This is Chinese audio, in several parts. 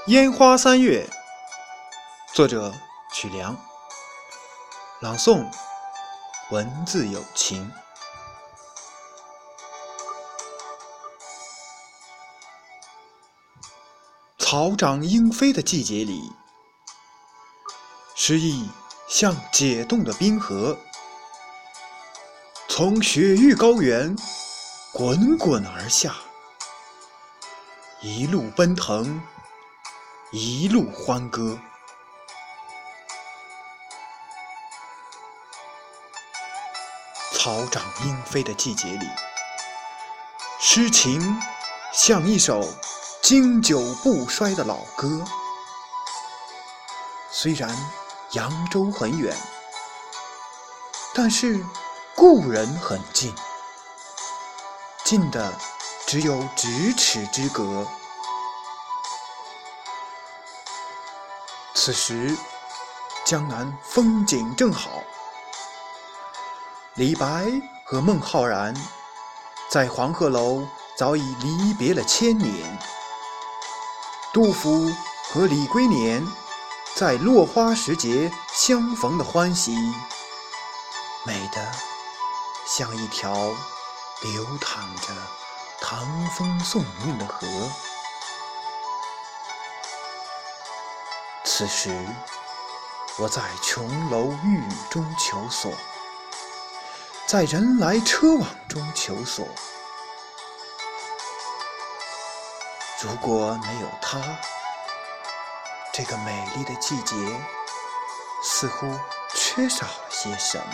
烟花三月，作者曲梁，朗诵文字有情。草长莺飞的季节里，诗意像解冻的冰河，从雪域高原滚滚而下，一路奔腾，一路欢歌。草长莺飞的季节里，诗情像一首经久不衰的老歌。虽然扬州很远，但是故人很近，近的只有咫尺之隔。此时江南风景正好，李白和孟浩然在黄鹤楼早已离别了1000年，杜甫和李龟年在落花时节相逢的欢喜，美得像一条流淌着唐风宋韵的河。此时我在琼楼玉宇中求索，在人来车往中求索。如果没有他，这个美丽的季节似乎缺少了些什么。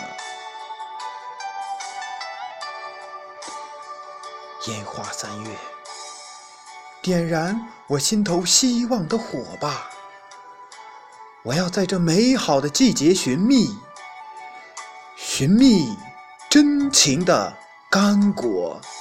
烟花三月，点燃我心头希望的火吧！我要在这美好的季节寻觅，寻觅真情的甘果。